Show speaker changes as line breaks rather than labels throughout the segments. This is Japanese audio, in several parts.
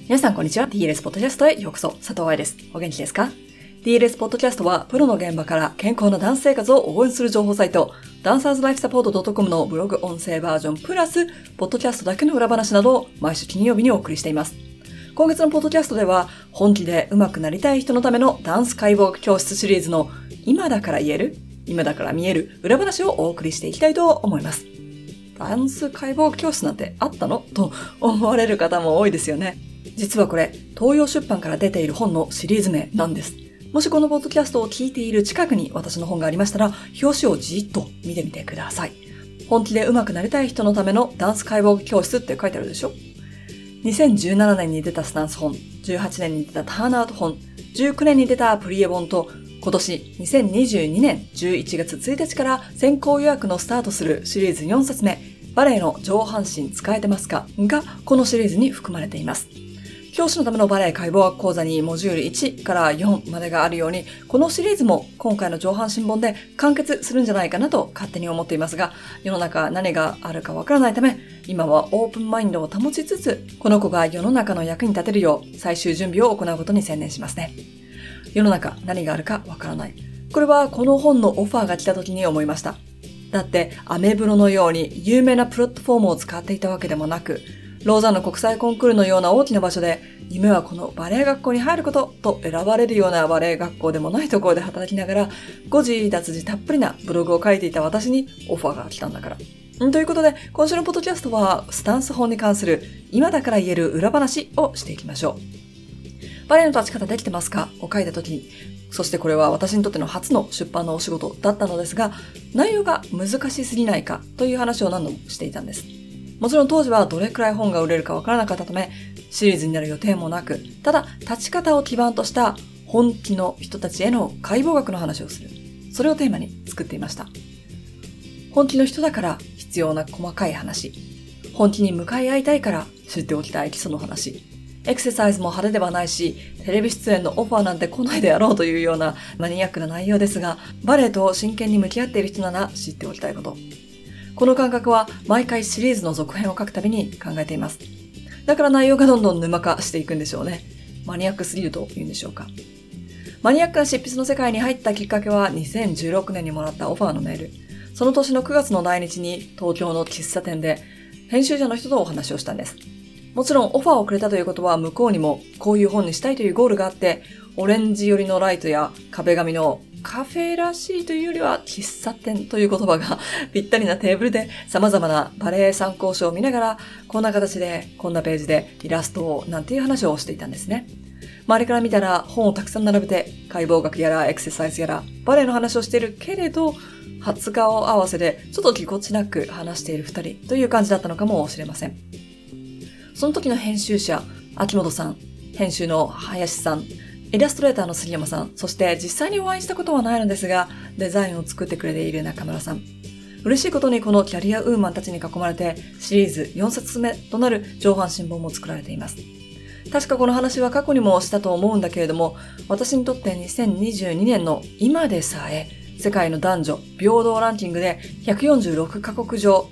皆さんこんにちは。DLS ポッドキャストへようこそ。佐藤愛です。お元気ですか？ DLS ポッドキャストはプロの現場から健康なダンス生活を応援する情報サイト、ダンサーズライフサポート .com のブログ音声バージョンプラス、ポッドキャストだけの裏話などを毎週金曜日にお送りしています。今月のポッドキャストでは、本気で上手くなりたい人のためのダンス解剖教室シリーズの今だから言える、今だから見える裏話をお送りしていきたいと思います。ダンス解剖教室なんてあったのと思われる方も多いですよね。実はこれ、東洋出版から出ている本のシリーズ名なんです。もしこのポッドキャストを聞いている近くに私の本がありましたら、表紙をじっと見てみてください。本気で上手くなりたい人のためのダンス解剖教室って書いてあるでしょ。2017年に出たスタンス本、18年に出たターンアウト本、19年に出たプリエ本と、今年2022年11月1日から先行予約のスタートするシリーズ4冊目、バレエの上半身使えてますかがこのシリーズに含まれています。教師のためのバレエ解剖学講座にモジュール1から4までがあるように、このシリーズも今回の上半身本で完結するんじゃないかなと勝手に思っていますが、世の中何があるかわからないため、今はオープンマインドを保ちつつ、この子が世の中の役に立てるよう最終準備を行うことに専念しますね。世の中何があるかわからない。これはこの本のオファーが来た時に思いました。だってアメブロのように有名なプラットフォームを使っていたわけでもなく、ローザンの国際コンクールのような大きな場所で、夢はこのバレエ学校に入ることと選ばれるようなバレエ学校でもないところで働きながら、誤字脱字たっぷりなブログを書いていた私にオファーが来たんだから。ということで、今週のポッドキャストはスタンス本に関する今だから言える裏話をしていきましょう。バレエの立ち方できてますかを書いた時に、そしてこれは私にとっての初の出版のお仕事だったのですが、内容が難しすぎないかという話を何度もしていたんです。もちろん当時はどれくらい本が売れるかわからなかったため、シリーズになる予定もなく、ただ立ち方を基盤とした本気の人たちへの解剖学の話をする。それをテーマに作っていました。本気の人だから必要な細かい話。本気に向かい合いたいから知っておきたい基礎の話。エクササイズも派手ではないし、テレビ出演のオファーなんて来ないであろうというようなマニアックな内容ですが、バレエと真剣に向き合っている人なら知っておきたいこと。この感覚は毎回シリーズの続編を書くたびに考えています。だから内容がどんどん沼化していくんでしょうね。マニアックすぎると言うんでしょうか。マニアックな執筆の世界に入ったきっかけは2016年にもらったオファーのメール。その年の9月の来日に東京の喫茶店で編集者の人とお話をしたんです。もちろんオファーをくれたということは向こうにもこういう本にしたいというゴールがあって、オレンジ寄りのライトや壁紙のカフェらしいというよりは喫茶店という言葉がぴったりなテーブルで様々なバレエ参考書を見ながら、こんな形でこんなページでイラストをなんていう話をしていたんですね。周りから見たら本をたくさん並べて解剖学やらエクササイズやらバレエの話をしているけれど、初顔合わせでちょっとぎこちなく話している二人という感じだったのかもしれません。その時の編集者、秋元さん、編集の林さん、イラストレーターの杉山さん、そして実際にお会いしたことはないのですが、デザインを作ってくれている中村さん。嬉しいことにこのキャリアウーマンたちに囲まれて、シリーズ4冊目となる上半身本も作られています。確かこの話は過去にもしたと思うんだけれども、私にとって2022年の今でさえ、世界の男女平等ランキングで146カ国上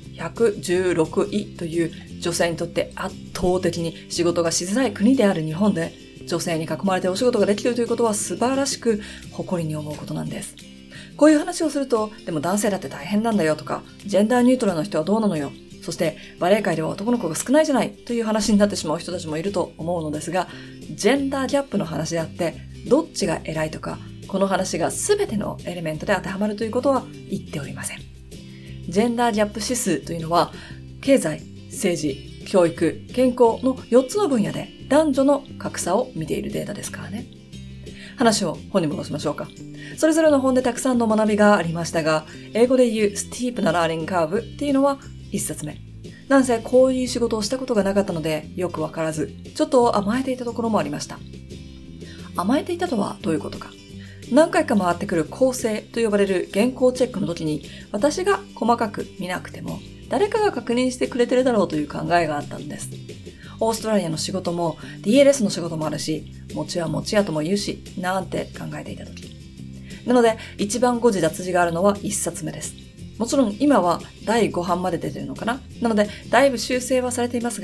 116位という女性にとって圧倒的に仕事がしづらい国である日本で、女性に囲まれてお仕事ができるということは素晴らしく誇りに思うことなんです。こういう話をすると、でも男性だって大変なんだよとか、ジェンダーニュートラルの人はどうなのよ。そしてバレエ界では男の子が少ないじゃないという話になってしまう人たちもいると思うのですが、ジェンダーギャップの話であって、どっちが偉いとか、この話が全てのエレメントで当てはまるということは言っておりません。ジェンダーギャップ指数というのは、経済、政治、教育、健康の4つの分野で男女の格差を見ているデータですからね。話を本に戻しましょうか。それぞれの本でたくさんの学びがありましたが、英語で言うスティープなラーニングカーブっていうのは1冊目。なんせこういう仕事をしたことがなかったのでよくわからず、ちょっと甘えていたところもありました。甘えていたとはどういうことか。何回か回ってくる構成と呼ばれる原稿チェックの時に、私が細かく見なくても誰かが確認してくれてるだろうという考えがあったんです。オーストラリアの仕事も DLS の仕事もあるし、餅は餅屋とも言うし、なんて考えていた時。なので、一番誤字脱字があるのは1冊目です。もちろん今は第5版まで出てるのかな。なので、だいぶ修正はされていますが、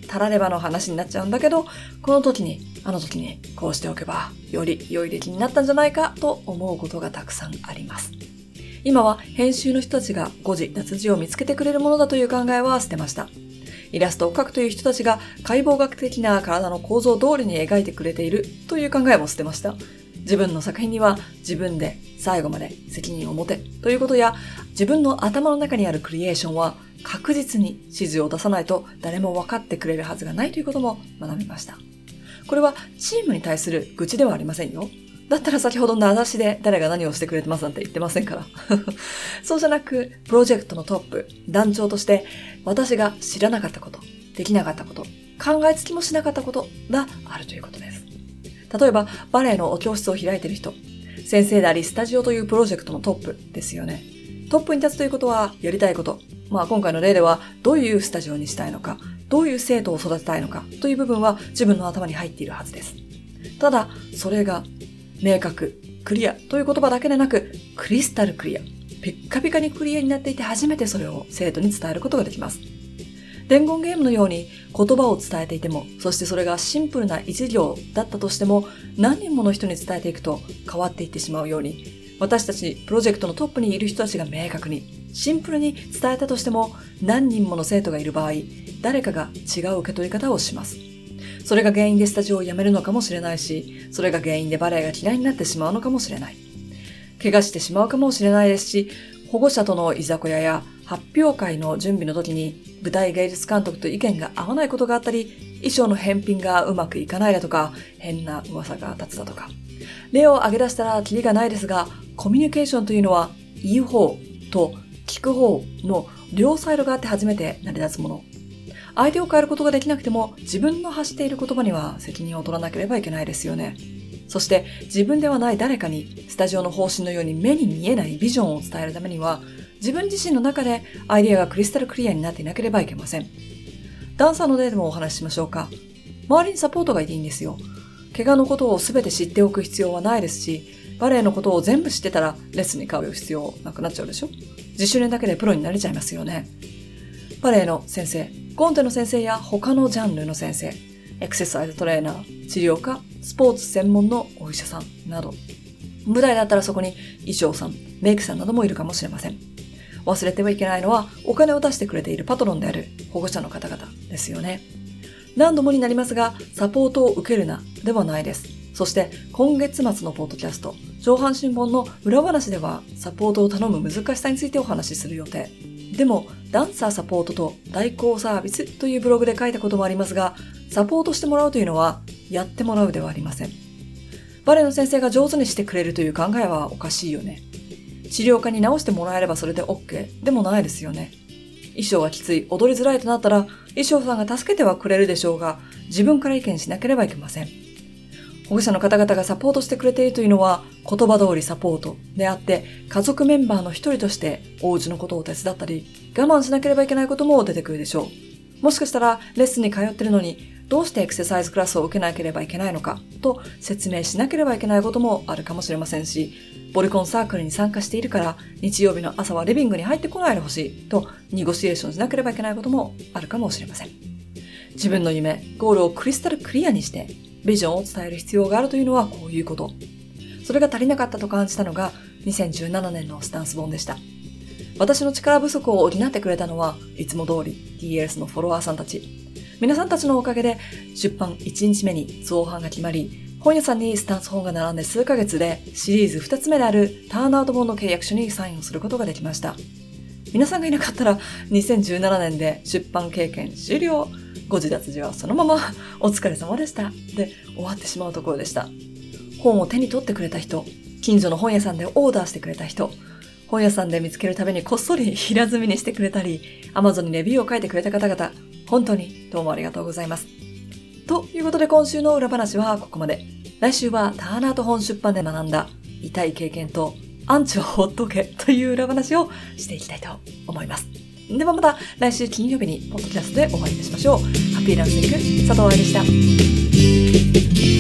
たらればの話になっちゃうんだけど、この時に、あの時にこうしておけば、より良い出来になったんじゃないかと思うことがたくさんあります。今は編集の人たちが誤字脱字を見つけてくれるものだという考えは捨てました。イラストを描くという人たちが解剖学的な体の構造通りに描いてくれているという考えも捨てました。自分の作品には自分で最後まで責任を持てということや、自分の頭の中にあるクリエーションは確実に指示を出さないと誰も分かってくれるはずがないということも学びました。これはチームに対する愚痴ではありませんよ。だったら先ほど名指しで誰が何をしてくれてますなんて言ってませんから。そうじゃなく、プロジェクトのトップ、団長として私が知らなかったこと、できなかったこと、考えつきもしなかったことがあるということです。例えば、バレエのお教室を開いている人、先生でありスタジオというプロジェクトのトップですよね。トップに立つということはやりたいこと。今回の例ではどういうスタジオにしたいのか、どういう生徒を育てたいのかという部分は自分の頭に入っているはずです。ただ、それが明確、クリアという言葉だけでなく、クリスタルクリア、ピッカピカにクリアになっていて初めてそれを生徒に伝えることができます。伝言ゲームのように言葉を伝えていても、そしてそれがシンプルな一行だったとしても、何人もの人に伝えていくと変わっていってしまうように、私たちプロジェクトのトップにいる人たちが明確に、シンプルに伝えたとしても、何人もの生徒がいる場合、誰かが違う受け取り方をします。それが原因でスタジオを辞めるのかもしれないし、それが原因でバレエが嫌いになってしまうのかもしれない。怪我してしまうかもしれないですし、保護者とのいざこやや発表会の準備の時に舞台芸術監督と意見が合わないことがあったり、衣装の返品がうまくいかないだとか、変な噂が立つだとか。例を挙げ出したらキリがないですが、コミュニケーションというのは言う方と聞く方の両サイドがあって初めて成り立つもの。相手を変えることができなくても自分の発している言葉には責任を取らなければいけないですよね。そして自分ではない誰かにスタジオの方針のように目に見えないビジョンを伝えるためには自分自身の中でアイデアがクリスタルクリアになっていなければいけません。ダンサーの例でもお話ししましょうか。周りにサポートがいていいんですよ。怪我のことを全て知っておく必要はないですし、バレエのことを全部知ってたらレッスンに通う必要なくなっちゃうでしょ。自主練だけでプロになれちゃいますよね。バレエの先生、コンテの先生や他のジャンルの先生、エクササイズトレーナー、治療家、スポーツ専門のお医者さんなど、舞台だったらそこに衣装さん、メイクさんなどもいるかもしれません。忘れてはいけないのはお金を出してくれているパトロンである保護者の方々ですよね。何度もになりますが、サポートを受けるなではないです。そして今月末のポッドキャスト、上半身本の裏話ではサポートを頼む難しさについてお話しする予定。でも、ダンサーサポートと代行サービスというブログで書いたこともありますが、サポートしてもらうというのはやってもらうではありません。バレエの先生が上手にしてくれるという考えはおかしいよね。治療家に直してもらえればそれで OK でもないですよね。衣装がきつい、踊りづらいとなったら衣装さんが助けてはくれるでしょうが、自分から意見しなければいけません。保護者の方々がサポートしてくれているというのは言葉通りサポートであって、家族メンバーの一人としてお家のことを手伝ったり、我慢しなければいけないことも出てくるでしょう。もしかしたらレッスンに通っているのにどうしてエクササイズクラスを受けなければいけないのかと説明しなければいけないこともあるかもしれませんし、ボリコンサークルに参加しているから日曜日の朝はリビングに入ってこないでほしいとニゴシエーションしなければいけないこともあるかもしれません。自分の夢、ゴールをクリスタルクリアにしてビジョンを伝える必要があるというのはこういうこと。それが足りなかったと感じたのが2017年のスタンス本でした。私の力不足を補ってくれたのはいつも通り DLS のフォロワーさんたち。皆さんたちのおかげで出版1日目に造版が決まり、本屋さんにスタンス本が並んで数ヶ月でシリーズ2つ目であるターンアウト本の契約書にサインをすることができました。皆さんがいなかったら2017年で出版経験終了。誤字脱字はそのままお疲れ様でしたで終わってしまうところでした。本を手に取ってくれた人、近所の本屋さんでオーダーしてくれた人、本屋さんで見つけるためにこっそり平積みにしてくれたり、Amazon にレビューを書いてくれた方々、本当にどうもありがとうございます。ということで今週の裏話はここまで。来週はターンアウト本出版で学んだ痛い経験とアンチはほっとけという裏話をしていきたいと思います。ではまた来週金曜日にポッドキャストでお会いいたしましょう。ハッピーランシング佐藤愛でした。